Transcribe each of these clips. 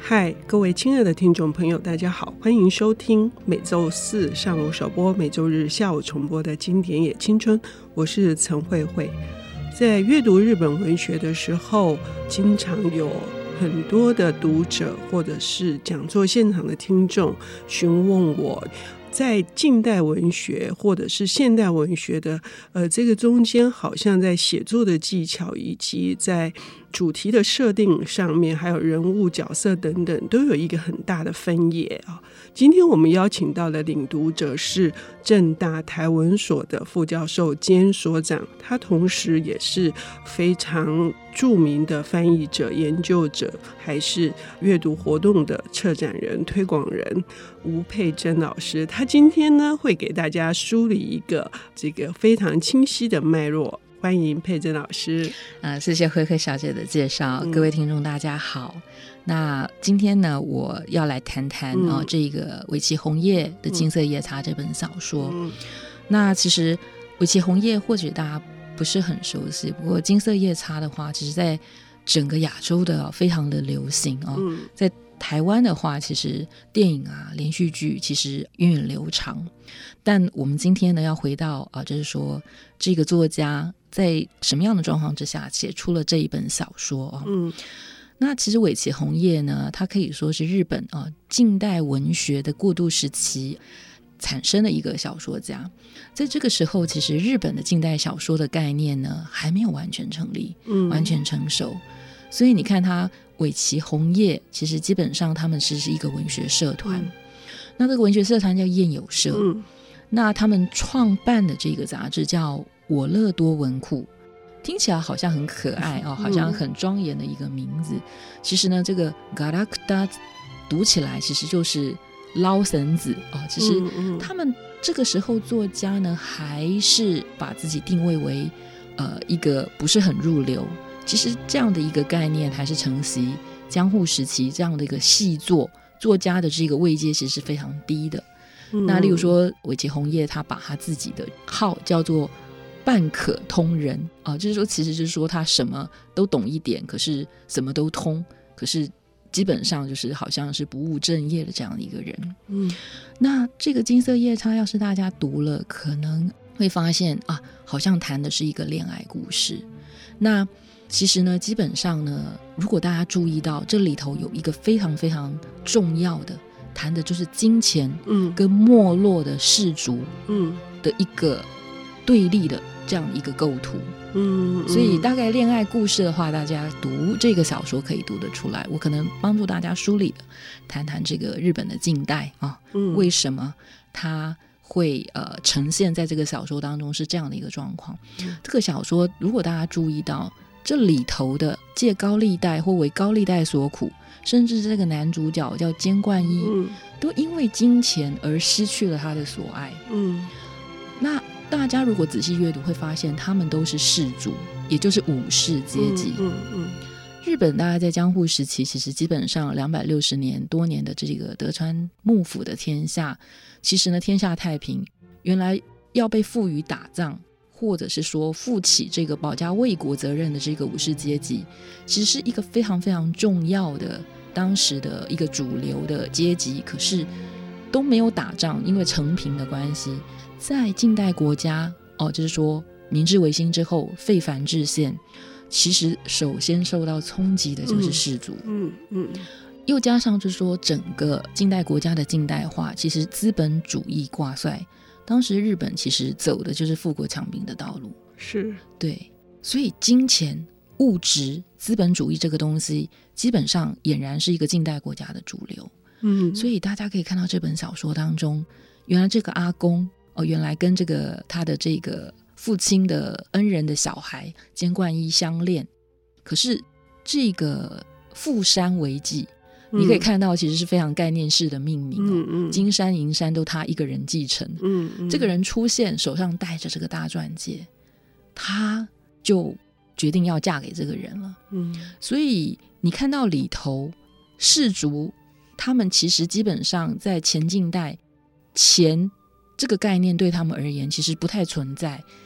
嗨，各位亲爱的听众朋友，大家好，欢迎收听每周四上午首播、每周日下午重播的经典也青春，我是陈慧慧。在阅读日本文学的时候，经常有很多的读者或者是讲座现场的听众询问我，在近代文学或者是现代文学的这个中间，好像在写作的技巧以及在主题的设定上面，还有人物角色等等，都有一个很大的分野啊。今天我们邀请到的领读者是政大台文所的副教授兼所长，他同时也是非常著名的翻译者、研究者，还是阅读活动的策展人、推广人吴佩珍老师。他今天呢会给大家梳理一个这个非常清晰的脉络。欢迎佩珍老师。 谢谢慧慧小姐的介绍。各位听众大家好。那今天呢，我要来谈谈这个尾崎红叶的《金色夜叉》这本小说。那其实尾崎红叶或许大家不是很熟悉，不过《金色夜叉》的话，其实在整个亚洲的非常的流行在台湾的话，其实电影啊、连续剧其实源远流长。但我们今天呢，要回到就是说这个作家在什么样的状况之下写出了这一本小说那其实尾崎红叶呢，他可以说是日本近代文学的过渡时期产生的一个小说家。在这个时候，其实日本的近代小说的概念呢，还没有完全成立，完全成熟。所以你看他尾崎红叶，其实基本上他们是一个文学社团。那这个文学社团叫燕友社。那他们创办的这个杂志叫我乐多文库，听起来好像很可爱好像很庄严的一个名字。其实呢，这个 Garakta 读起来其实就是捞绳子其实他们这个时候作家呢，还是把自己定位为一个不是很入流。其实这样的一个概念还是承袭江户时期这样的一个细作家的这个位阶其实是非常低的。那例如说尾崎红叶，他把他自己的号叫做半可通人就是说其实就是说他什么都懂一点，可是什么都通，可是基本上就是好像是不务正业的这样的一个人。那这个金色夜叉要是大家读了，可能会发现好像谈的是一个恋爱故事。那其实呢，基本上呢，如果大家注意到这里头有一个非常非常重要的谈的就是金钱跟没落的氏族的一个对立的这样一个构图。所以大概恋爱故事的话，大家读这个小说可以读得出来。我可能帮助大家梳理的谈谈这个日本的近代为什么它会呈现在这个小说当中是这样的一个状况。这个小说如果大家注意到这里头的借高利贷或为高利贷所苦，甚至这个男主角叫菅冠一都因为金钱而失去了他的所爱。那大家如果仔细阅读会发现他们都是士族，也就是武士阶级。日本大概在江户时期，其实基本上260年多年的这个德川幕府的天下，其实呢天下太平，原来要被赋予打仗或者是说负起这个保家卫国责任的这个武士阶级，其实是一个非常非常重要的当时的一个主流的阶级，可是都没有打仗，因为承平的关系。在近代国家就是说明治维新之后废藩置县，其实首先受到冲击的就是士族。又加上就是说整个近代国家的近代化，其实资本主义挂帅，当时日本其实走的就是富国强兵的道路。是对，所以金钱物质资本主义这个东西基本上俨然是一个近代国家的主流。所以大家可以看到这本小说当中，原来这个阿公原来跟这个他的这个父亲的恩人的小孩菅冠一相恋，可是这个富山为继你可以看到其实是非常概念式的命名金山银山都他一个人继承。这个人出现手上带着这个大钻戒，他就决定要嫁给这个人了。所以你看到里头士族他们其实基本上在前近代钱这个概念对他们而言其实不太存在，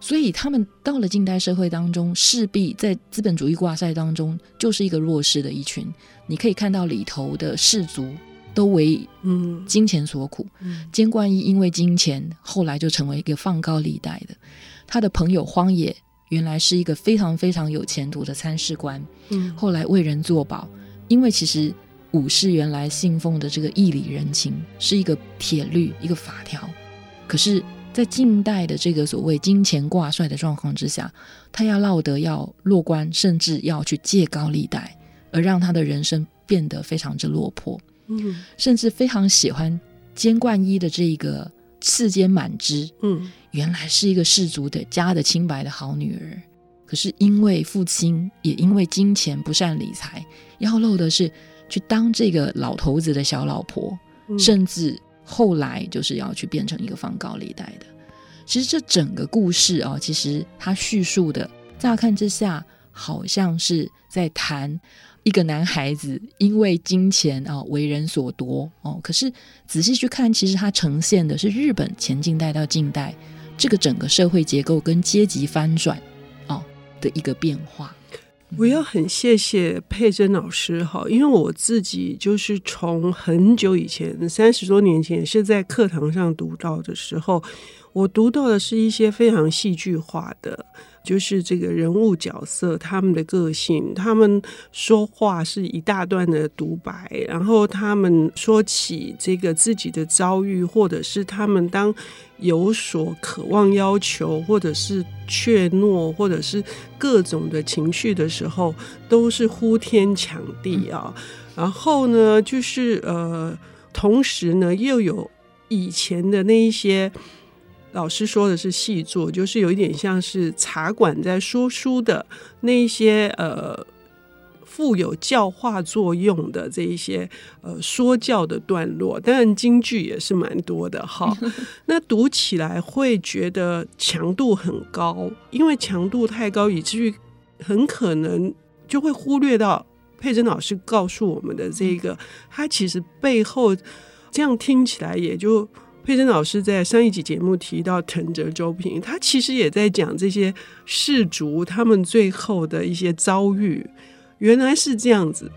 所以他们到了近代社会当中，势必在资本主义挂帅当中就是一个弱势的一群。你可以看到里头的士族都为金钱所苦，监冠一因为金钱后来就成为一个放高利贷的。他的朋友荒野原来是一个非常非常有前途的参事官，后来为人作保，因为其实武士原来信奉的这个义理人情是一个铁律，一个法条，可是在近代的这个所谓金钱挂帅的状况之下，他要落得要落官，甚至要去借高利贷，而让他的人生变得非常之落魄，甚至非常喜欢监冠一的这个世间满之，原来是一个士族的家的清白的好女儿，可是因为父亲也因为金钱不善理财，要漏的是去当这个老头子的小老婆，甚至后来就是要去变成一个放高利贷的。其实这整个故事其实他叙述的乍看之下好像是在谈一个男孩子因为金钱为人所夺可是仔细去看，其实它呈现的是日本前近代到近代这个整个社会结构跟阶级翻转的一个变化。 我要很谢谢佩珍老师因为我自己就是从很久以前30多年前是在课堂上读到的时候，我读到的是一些非常戏剧化的，就是这个人物角色他们的个性，他们说话是一大段的独白，然后他们说起这个自己的遭遇，或者是他们当有所渴望要求，或者是怯懦，或者是各种的情绪的时候，都是呼天抢地然后呢就是同时呢又有以前的那一些老师说的是戏作，就是有一点像是茶馆在说书的那一些富有教化作用的这一些说教的段落，当然京剧也是蛮多的那读起来会觉得强度很高，因为强度太高以至于很可能就会忽略到佩珍老师告诉我们的这个他其实背后这样听起来也就佩珍老师在上一集节目提到藤泽周平，他其实也在讲这些士族他们最后的一些遭遇，原来是这样子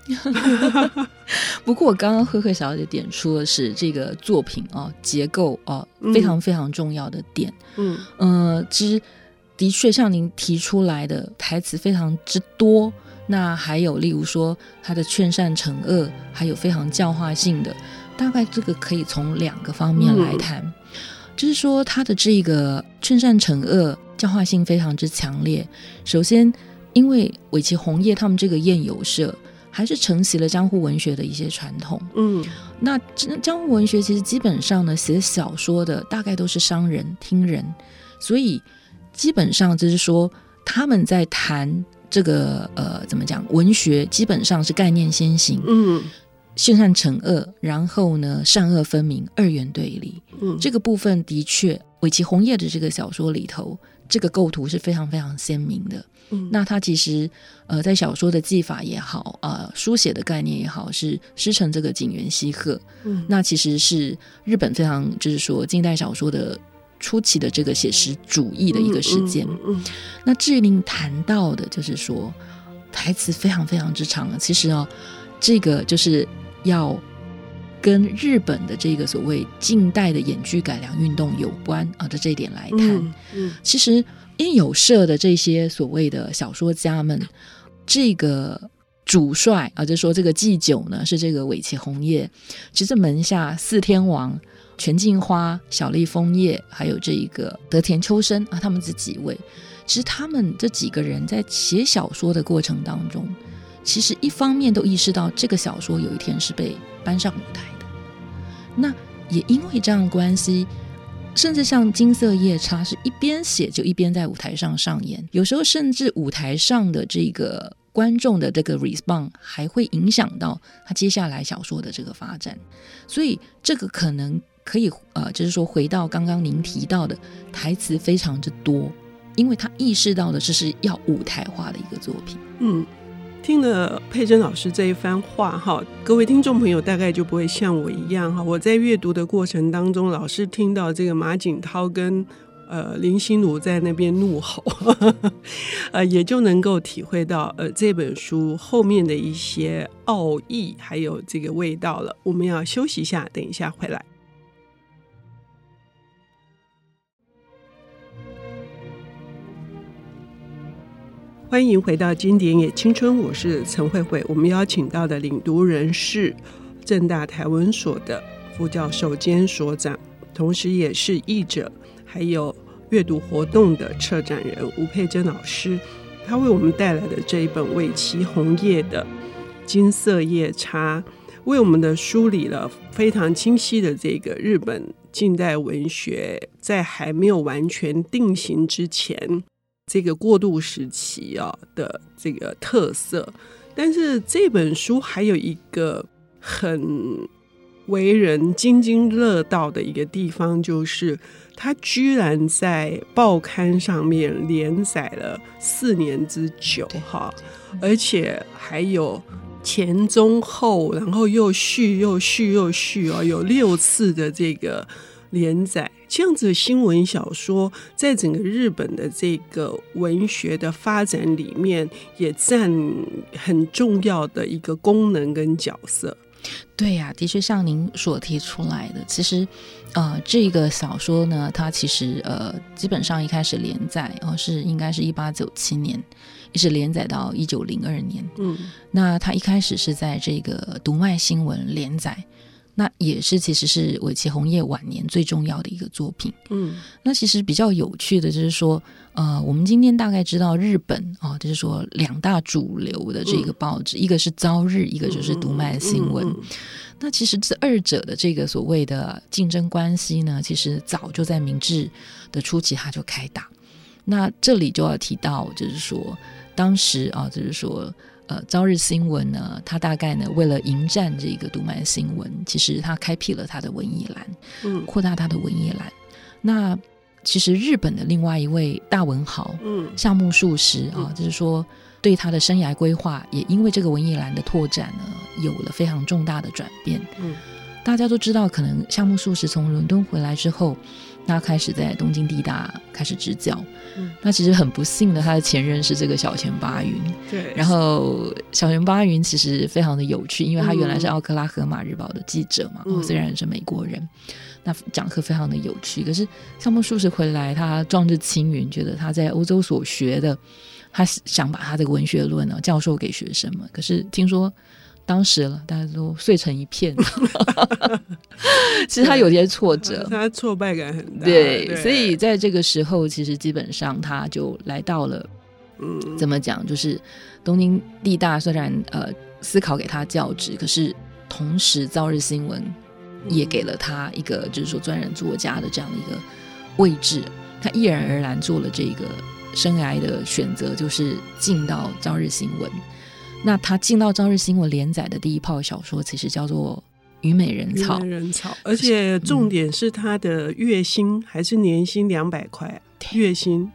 不过我刚刚慧慧小姐点出的是这个作品结构非常非常重要的点其实的确像您提出来的台词非常之多，那还有例如说他的劝善惩恶，还有非常教化性的，大概这个可以从2个方面来谈就是说他的这个劝善惩恶教化性非常之强烈。首先因为尾崎红叶他们这个宴友社还是承袭了江户文学的一些传统那江户文学其实基本上呢写小说的大概都是商人听人，所以基本上就是说他们在谈这个怎么讲，文学基本上是概念先行劝善惩恶，然后呢善恶分明，二元对立这个部分的确尾崎红叶的这个小说里头这个构图是非常非常鲜明的那他其实在小说的技法也好书写的概念也好，是师承这个井原西鹤那其实是日本非常就是说近代小说的初期的这个写实主义的一个事件那至于您谈到的就是说台词非常非常之长其实这个就是要跟日本的这个所谓近代的演剧改良运动有关的这一点来谈其实因有社的这些所谓的小说家们，这个主帅就是说这个祭酒呢是这个尾崎红叶，其实门下四天王全镜花、小栗枫叶还有这个德田秋生他们这几位，其实他们这几个人在写小说的过程当中，其实一方面都意识到这个小说有一天是被搬上舞台的，那也因为这样的关系，甚至像金色夜叉是一边写就一边在舞台上上演，有时候甚至舞台上的这个观众的这个 response 还会影响到他接下来小说的这个发展，所以这个可能可以就是说回到刚刚您提到的台词非常之多，因为他意识到的这是要舞台化的一个作品听了佩珍老师这一番话各位听众朋友大概就不会像我一样我在阅读的过程当中老是听到这个马景涛跟林心如在那边怒吼也就能够体会到这本书后面的一些奥义还有这个味道了。我们要休息一下，等一下回来。欢迎回到经典也青春，我是陈慧慧。我们邀请到的领读人是政大台文所的副教授兼所长，同时也是译者，还有阅读活动的策展人吴佩珍老师。他为我们带来的这一本尾崎红叶的《金色夜叉》，为我们的梳理了非常清晰的这个日本近代文学在还没有完全定型之前这个过渡时期的这个特色。但是这本书还有一个很为人津津乐道的一个地方，就是它居然在报刊上面连载了4年之久而且还有前中后，然后又续有6次的这个连载。这样子的新闻小说在整个日本的这个文学的发展里面也占很重要的一个功能跟角色。 对呀，的确像您所提出来的，其实这个小说呢，它其实基本上一开始连载应该是1897年一直连载到1902年。那它一开始是在这个读卖新闻连载，那也是其实是尾崎红叶晚年最重要的一个作品。那其实比较有趣的就是说我们今天大概知道日本就是说2大主流的这个报纸，一个是朝日，一个就是读卖新闻。那其实这二者的这个所谓的竞争关系呢，其实早就在明治的初期它就开打。那这里就要提到就是说当时就是说朝日新闻呢，它大概呢为了迎战这个读卖新闻，其实它开辟了它的文艺栏，扩大它的文艺栏。那其实日本的另外一位大文豪夏目漱石就是说对他的生涯规划也因为这个文艺栏的拓展呢有了非常重大的转变。大家都知道可能夏目漱石从伦敦回来之后，他开始在东京帝大开始执教。那其实很不幸的，他的前任是这个小泉八云。 对， 然后小泉八云其实非常的有趣，因为他原来是奥克拉荷马日报的记者嘛，虽然是美国人，那讲课非常的有趣。可是夏目漱石回来，他壮志青云，觉得他在欧洲所学的，他想把他的文学论教授给学生们。可是听说当时了，大家都碎成一片其实他有些挫折， 他挫败感很大。 对，所以在这个时候其实基本上他就来到了怎么讲，就是东京帝大虽然思考给他教职，可是同时朝日新闻也给了他一个就是说专人作家的这样的一个位置。他毅然而然做了这个生涯的选择，就是进到朝日新闻。那他进到朝日新闻连载的第一炮小说其实叫做虞美人草。 而且重点是他的月薪还是年薪200块月薪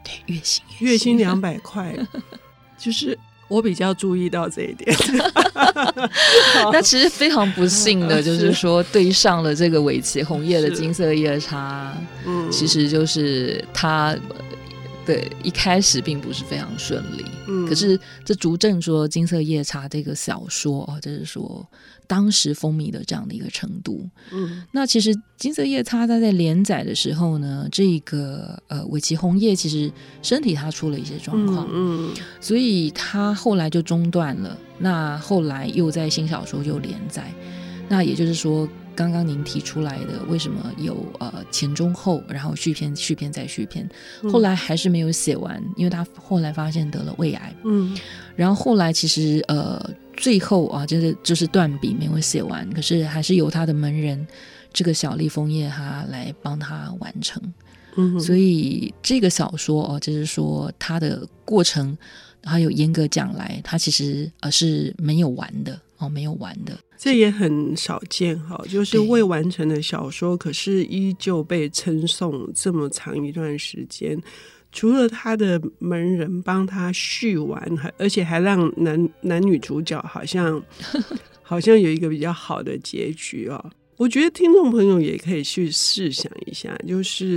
200块就是我比较注意到这一点那其实非常不幸的就是说对上了这个尾崎红叶的金色夜叉，其实就是他对一开始并不是非常顺利。可是这足证说金色夜叉这个小说就是说当时风靡的这样的一个程度。那其实金色夜叉它在连载的时候呢，这个尾崎红叶其实身体他出了一些状况，所以他后来就中断了。那后来又在新小说又连载，那也就是说刚刚您提出来的为什么有前中后，然后续篇再续篇，后来还是没有写完，因为他后来发现得了胃癌。然后后来其实最后就是断笔没有写完，可是还是由他的门人这个小栗枫叶他来帮他完成。所以这个小说就是说他的过程还有严格讲来，他其实是没有完的没有完的。 这也很少见就是未完成的小说可是依旧被称颂这么长一段时间。除了他的门人帮他续完，而且还让男女主角好像有一个比较好的结局我觉得听众朋友也可以去试想一下，就是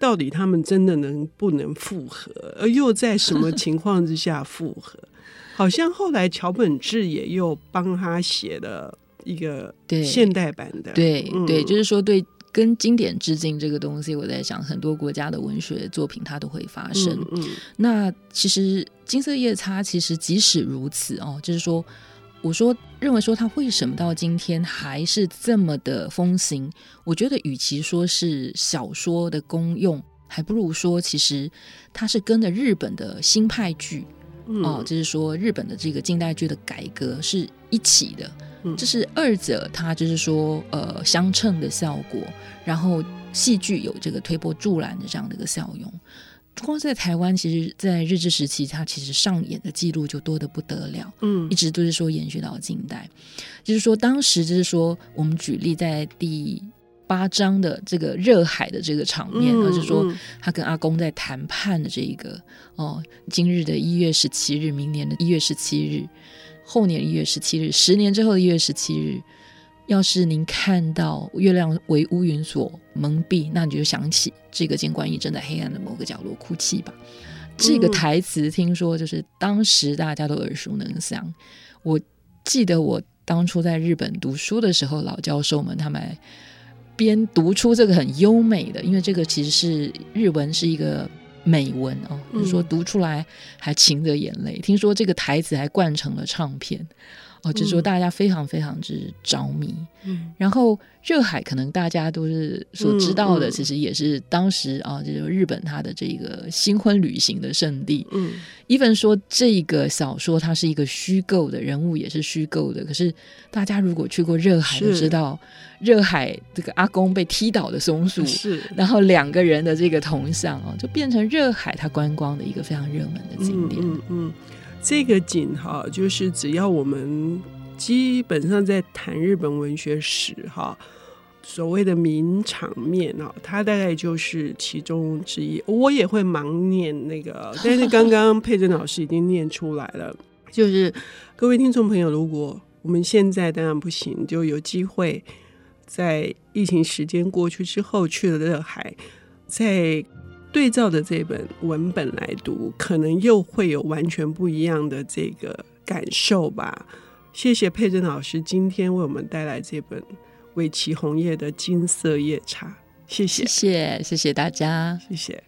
到底他们真的不能复合，而又在什么情况之下复合？好像后来桥本智也又帮他写了一个现代版的， 对、对，就是说对跟经典致敬这个东西，我在想很多国家的文学作品它都会发生。那其实金色夜叉其实即使如此就是说我认为说它为什么到今天还是这么的风行，我觉得与其说是小说的功用，还不如说其实它是跟着日本的新派剧就是说日本的这个近代剧的改革是一起的，这是二者它就是说相称的效果，然后戏剧有这个推波助澜的这样的一个效用。光是在台湾，其实在日治时期它其实上演的记录就多得不得了，一直都是说延续到近代。就是说当时就是说我们举例在第8章的这个热海的这个场面，就是说他跟阿公在谈判的这一个今日的1月17日，明年的1月17日，后年1月17日，10年之后的1月17日，要是您看到月亮为乌云所蒙蔽，那你就想起这个监官役正在黑暗的某个角落哭泣吧。这个台词听说就是当时大家都耳熟能详。我记得我当初在日本读书的时候，老教授们他们边读出这个很优美的，因为这个其实是日文是一个美文就是说读出来还噙着眼泪。听说这个台词还灌成了唱片就是说大家非常非常之着迷。然后热海可能大家都是所知道的，其实也是当时就是日本它的这个新婚旅行的圣地。even 说这个小说它是一个虚构的，人物也是虚构的，可是大家如果去过热海就知道，热海这个阿公被踢倒的松树，然后2个人的这个铜像就变成热海它观光的一个非常热门的景点。 这个景就是只要我们基本上在谈日本文学史所谓的名场面它大概就是其中之一。我也会盲念那个，但是刚刚佩珍老师已经念出来了。就是各位听众朋友，如果我们现在当然不行，就有机会在疫情时间过去之后去了热海，在对照的这本文本来读，可能又会有完全不一样的这个感受吧。谢谢佩珍老师今天为我们带来这本尾崎红叶的金色夜叉，谢谢。 谢谢大家， 谢谢。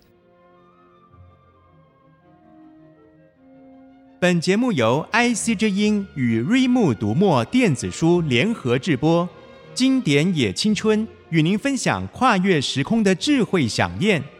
本节目由 IC 之音与瑞木读墨电子书联合制播，经典也青春与您分享跨越时空的智慧饗宴。